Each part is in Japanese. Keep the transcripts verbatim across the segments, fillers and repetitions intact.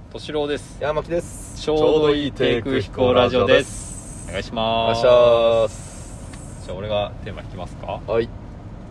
敏郎です。 山木です。 ちょうどいい低空飛行ラジオです。お願いします。 お願いします。 じゃあ俺がテーマ引きますか。 はい。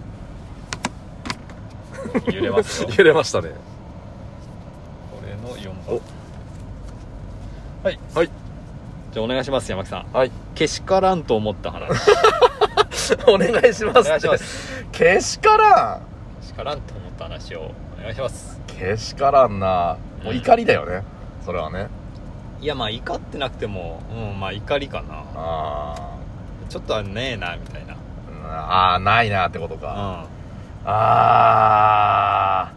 揺れますよ。 揺れましたね。 これのよんばん。はいはい。 じゃあお願いします。山木さん。 はい。 けしからんと思った話。 お願いします。 お願いします。 けしからん。 けしからんと思った話をお願いします。 けしからんな。もう怒りだよね、うん、それはね。 いやまあ怒ってなくても、うんまあ怒りかな。 あちょっとはねえなみたいな。 ああないなってことか。 うん、 あ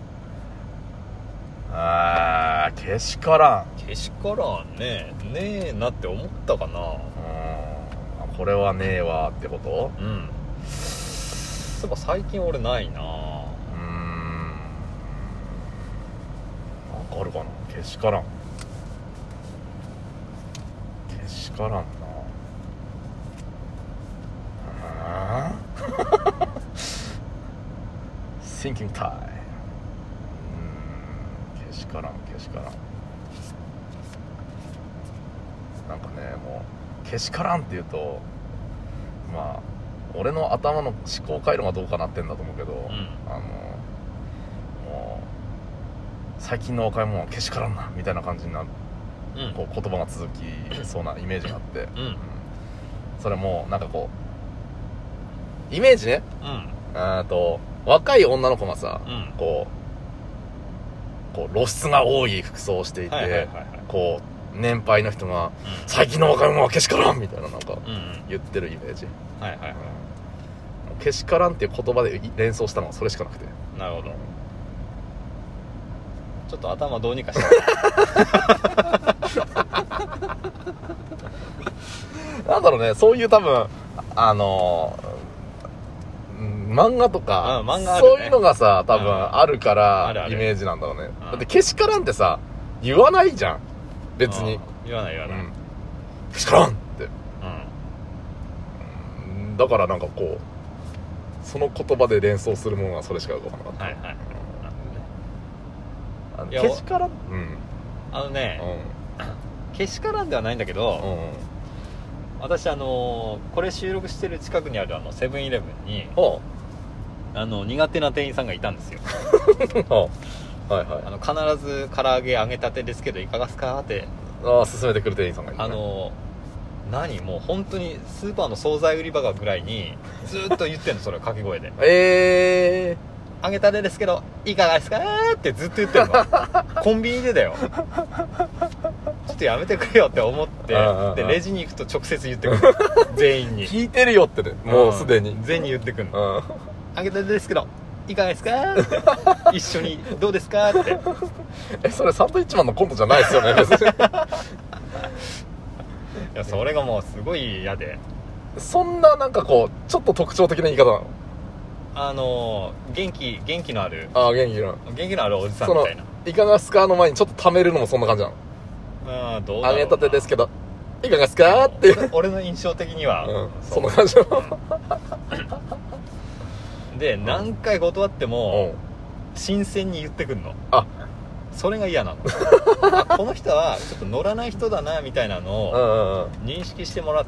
ーあーけしからん。 けしからんねねえなって思ったかな。 うんこれはねえわってこと。 うんそういえば最近俺ないな。 あるかな。けしからんけしからんなあThinking time うーんけしからんけしからんなんかねもうけしからんって言うとまあ俺の頭の思考回路がどうかなってんだと思うけど、うん、あのもう最近の若い者はけしからんなみたいな感じになる、うん、こう言葉が続きそうなイメージがあって、うんうん、それもなんかこうイメージね、うん、あと若い女の子がさ、うん、こうこう露出が多い服装をしていて、はいはいはいはい、こう年配の人が、うん、最近の若い者はけしからんみたいななんか言ってるイメージ、うんうんはいはいはい、けしからんっていう言葉で連想したのはそれしかなくて。 なるほど。ちょっと頭どうにかしてなんだろうね、そういう多分あのー、漫画とか、うん漫画あるね、そういうのがさ多分あるからイメージなんだろうね、うん、だってけしからんってさ言わないじゃん別に、うん、 言わない言わない、うん、 けしからんって、うん、だからなんかこうその言葉で連想するものがそれしか浮かばなかった。はいはいけしからん、うん、 あのね、うん、けしからんではないんだけど、うんうん、私あのこれ収録してる近くにあるあのセブンイレブンにあの苦手な店員さんがいたんですよ。はいはい、あの必ず唐揚げ揚げたてですけどいかがですかってあ勧めてくる店員さんがいる、ね、 あの何もう本当にスーパーの惣菜売り場がぐらいにずっと言ってんのそれ掛け声でえー揚げたてですけどいかがですかってずっと言ってるの。コンビニでだよ。ちょっとやめてくれよって思ってでレジに行くと直接言ってくる全員に聞いてるよってねもうすでに、 うん、全員に言ってくるの。揚げたてですけどいかがですかって一緒にどうですかってえそれサンドイッチマンのコントじゃないですよね別に。いやそれがもうすごい嫌で。 そんななんかこうちょっと特徴的な言い方なの。 あの元気元気のあるあ元気の元気のあるおじさんみたいな。 いかがすかの前にちょっと溜めるのもそんな感じなの。 ああどうだろうな。 揚げたてですけどいかがすかって俺, 俺の印象的には、 うん、そんな感じなの、 うん、で何回断っても、うん、新鮮に言ってくんの。あそれが嫌なの。あこの人はちょっと乗らない人だなみたいなのを認識してもらって、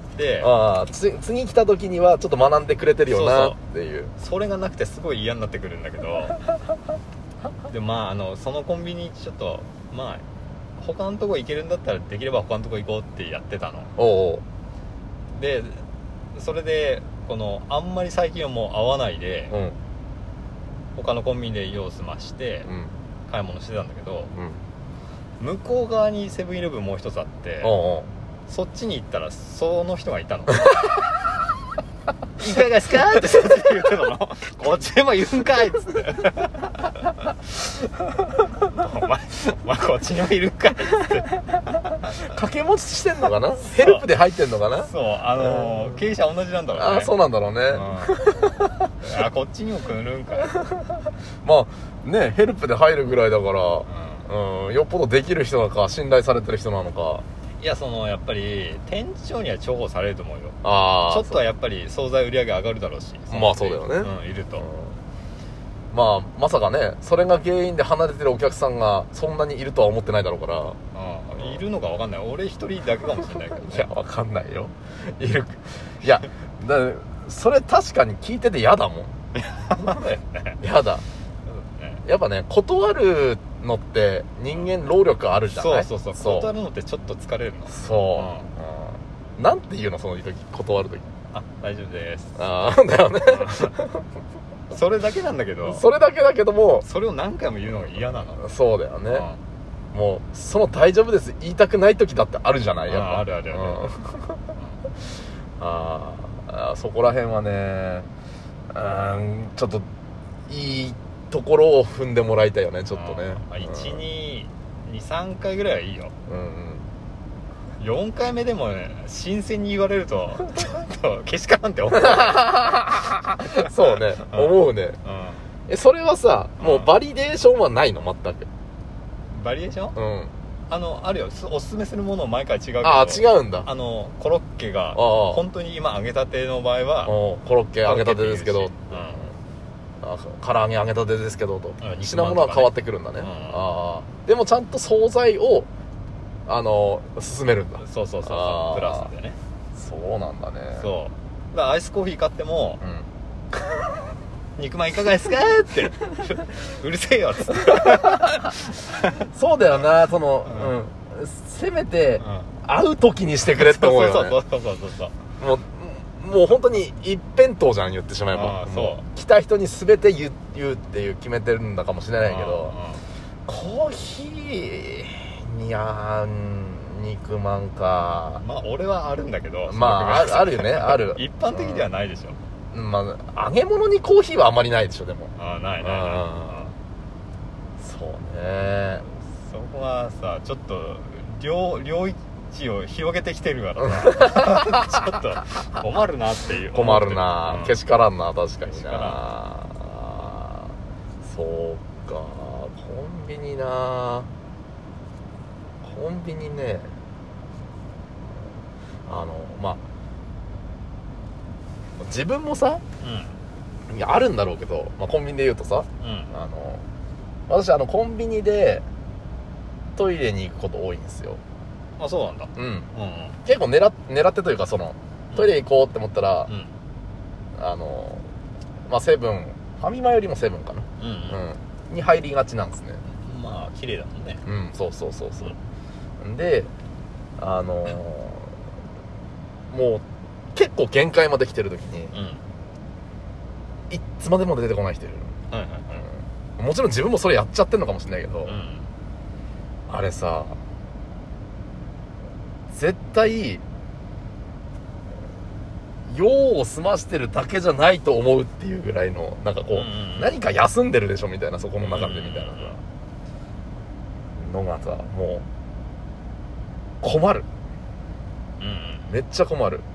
あつ次来た時にはちょっと学んでくれてるよなっていう。 そうそうそれがなくてすごい嫌になってくるんだけどでまああのそのコンビニちょっとまあ他のとこ行けるんだったらできれば他のとこ行こうってやってたの。おうおうでそれでこのあんまり最近はもう会わないで、うん、他のコンビニで用を済まして、うん買い物してたんだけど、うん、向こう側にセブンイレブンもう一つあっておうおうそっちに行ったらその人がいたの。いかがですかってそっちで言ってたの。こっちでも言うんかいっつってお前、お前こっちにもいるんかいっつって掛け持ちしてんのかなヘルプで入ってんのかな。 そうあのー、経営者同じなんだろうね。 あそうなんだろうね、うん、 あこっちにも来るんかいまあねヘルプで入るぐらいだから、うんうん、よっぽどできる人なのか信頼されてる人なのか。 いやそのやっぱり店長には重宝されると思うよ。あちょっとはやっぱり惣菜売り上げ上がるだろうし。 まあそうだよね、 うん、いると、 まあまさかねそれが原因で離れてるお客さんがそんなにいるとは思ってないだろうから。 ああ、いるのか分かんない。俺一人だけかもしれないけど、ね、 いや分かんないよ。いるいやだそれ確かに聞いてて嫌だもん。嫌だ。やっぱね断るのって人間労力あるじゃない。 そうそうそう、断るのってちょっと疲れるの。 そう、うんうん、なんて言うのその時断る時。 あ、大丈夫です。 ああだよね。 それだけなんだけど、 それだけだけどもそれを何回も言うのが嫌なの。 そうだよね、うん、もうその大丈夫です言いたくない時だってあるじゃない。やっぱあ, あるあるある、うん、 ああそこら辺はねうんちょっといいところを踏んでもらいたいよねちょっとね。 いち、に、に、さんかいぐらいはいいよ。うんうん、よんかいめでもね新鮮に言われるとちょっとけしからんって思う。 そうね、うん、思うね、うん、えそれはさもうバリデーションはないの全く。 バリエーション、うん、あのあるよ。おすすめするもの毎回違うけど。 ああ違うんだ。 あのコロッケが本当に今揚げたての場合はコロッケ揚げたてですけど、うん、あ唐揚げ揚げたてですけどと、うん、品物は変わってくるんだね、うん、あでもちゃんと惣菜をあの進めるんだ。 そうそうそうそうプラスでね。 そうなんだね。 そうだからアイスコーヒー買っても、うん、肉まんいかがですかってうるせえよっつってそうだよなその、うんうん、せめて、うん、会う時にしてくれって思うよね。 そうそうそうそうそうそうもうもう本当に一辺倒じゃん言ってしまえば。そう来た人に全て言う、言うっていう決めてるんだかもしれないけど、コーヒーにゃん肉まんか。 まあ俺はあるんだけど。 まあある、あるよねある。 一般的ではないでしょ、 うん、まあ揚げ物にコーヒーはあんまりないでしょでも。 ああないないない、うん、 そうね。 そこはさちょっと領領域を広げてきてるからさちょっと困るなっていう。 困るな、うん、けしからんな確かにな。そうかコンビニなコンビニねあのまあ自分もさ、うん、いやあるんだろうけど、まあ、コンビニで言うとさ、うん、あの私あのコンビニでトイレに行くこと多いんですよ。 あそうなんだ、 うんうんうん、結構狙っ、狙ってというかそのトイレ行こうって思ったら、うん、あのまあセブンファミマよりもセブンかな、うんうんうん、に入りがちなんですね。 まあ綺麗だもんね。 うんそうそうそうそう、うん、であのー、もう結構限界まで来てる時に、うん、いつまでも出てこない人いる、はいはいはいうん、もちろん自分もそれやっちゃってんのかもしれないけど、うん、あれさ絶対用を済ましてるだけじゃないと思うっていうぐらいのなんかこう、うんうん、何か休んでるでしょみたいなそこの中でみたいなのがさもう困る、うんうん、めっちゃ困る、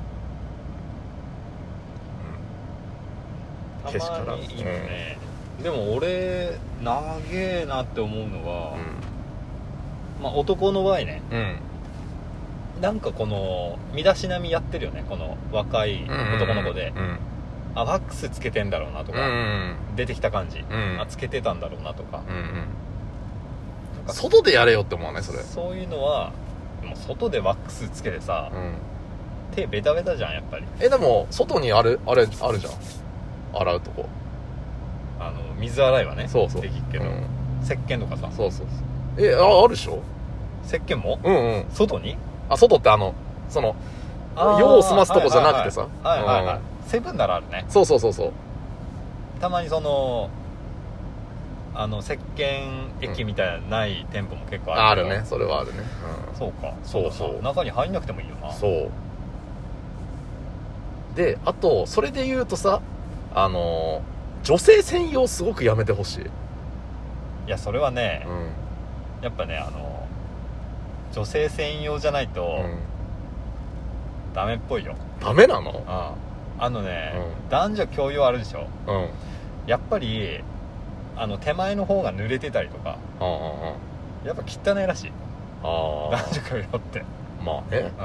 うん、たまにいいね、うん、でも俺長えなって思うのは、うん、まあ男の場合ね、うんなんかこの身だしなみやってるよねこの若い男の子で、うんうんうん、あワックスつけてんだろうなとか、うんうん、出てきた感じ、うん、あつけてたんだろうなとか、うんうん、なんか外でやれよって思わないそれ。 そういうのはもう外でワックスつけてさ、うん、手ベタベタじゃんやっぱり。 えでも外にあれあれあるじゃん洗うとこあの水洗いはねそうそうできるけど、うん、石鹸とかさそうそうそうえ あ, あるでしょ石鹸も、 うんうん、 外にあ外ってあのその用を済ますとこじゃなくてさはいはいはい、はいはい、セブンならあるね。 そうそうそうそうたまにそのあの石鹸液みたいなない店舗も結構ある、 うん、あるねそれはあるね、 うん、そうかそうそう中に入んなくてもいいよな。 そうであとそれで言うとさあの女性専用すごくやめてほしい。 いやそれはね、うん、やっぱねあの女性専用じゃないと、うん、ダメっぽいよ。 ダメなの？ ああ、あのね、うん、男女共用あるでしょ、うん、やっぱりあの手前の方が濡れてたりとか、うんうんうん、やっぱ汚いらしい。あ男女共用ってまあね、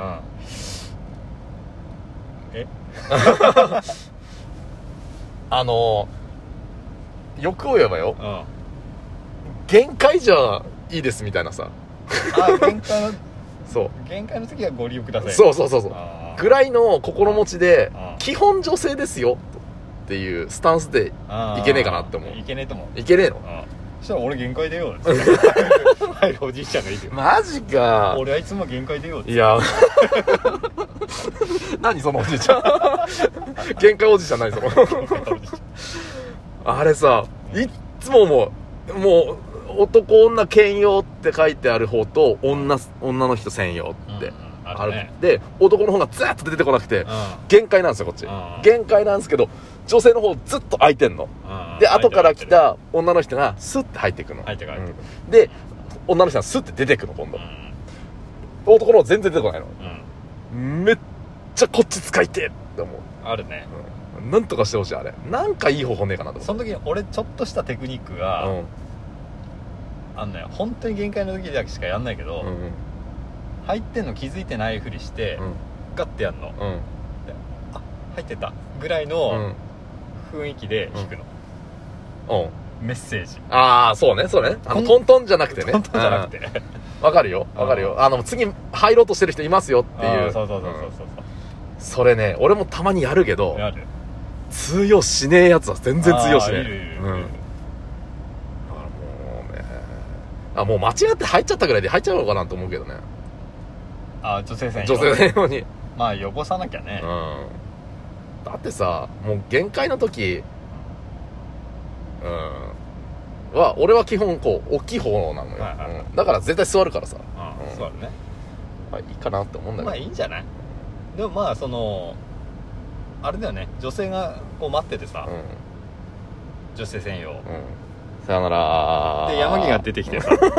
うん、えあの欲を言えばよ、 うん、 限界じゃいいですみたいなさあ限界のそう限界の時はご利用ください。 そうそうそうそうぐらいの心持ちで基本女性ですよっていうスタンスでいけねえかなって思う。 いけねえと思う。 いけねえの。 そしたら俺限界だよ入るおじいちゃんがいるよ。 マジか。 俺はいつも限界だよ。 いや何そのおじいちゃん限界おじいちゃん何そのあれさいっつも思う。もう男女兼用って書いてある方と 女, 女の人専用って、うんうんあるね、で男の方がずっと出てこなくて、うん、限界なんですよこっち、うん、限界なんですけど女性の方ずっと空いてんの、うん、で後から来た女の人がスッて入っていくの入ってくる、 うん、で女の人がスッて出てくの今度、うん、男の方全然出てこないの、うん、めっちゃこっち使いてって思う。 あるね、 うん、なんとかしてほしい。あれなんかいい方法ねえかなと思う。 その時に俺ちょっとしたテクニックが、うん、あんのよ。本当に限界の時だけしかやんないけど、うんうん、入ってんの気づいてないふりして、うん、ガッてやんの、うん、あ入ってたぐらいの雰囲気で弾くの、うん、メッセージ。ああそうねそうねあのトントンじゃなくてねトントンじゃなくてわかるよわかるよ。あの次入ろうとしてる人いますよっていう。 そうそうそうそうそう、うん、 それね俺もたまにやるけどやる通用しねえやつは全然通用しねえ。 いるいるいる、うんあもう間違って入っちゃったぐらいで入っちゃうのかなと思うけどね。 あ女性専用女性専用にまあ汚さなきゃね、 うん、だってさもう限界の時うんは俺は基本こう大きい方なのよ、はいはいはい、うん、だから絶対座るからさ、 うんうん、座るね。 まあいいかなって思うんだけど。 まあいいんじゃない。でもまあそのあれだよね女性がこう待っててさ、うん、女性専用、うん、 さよならで山木が出てきてさ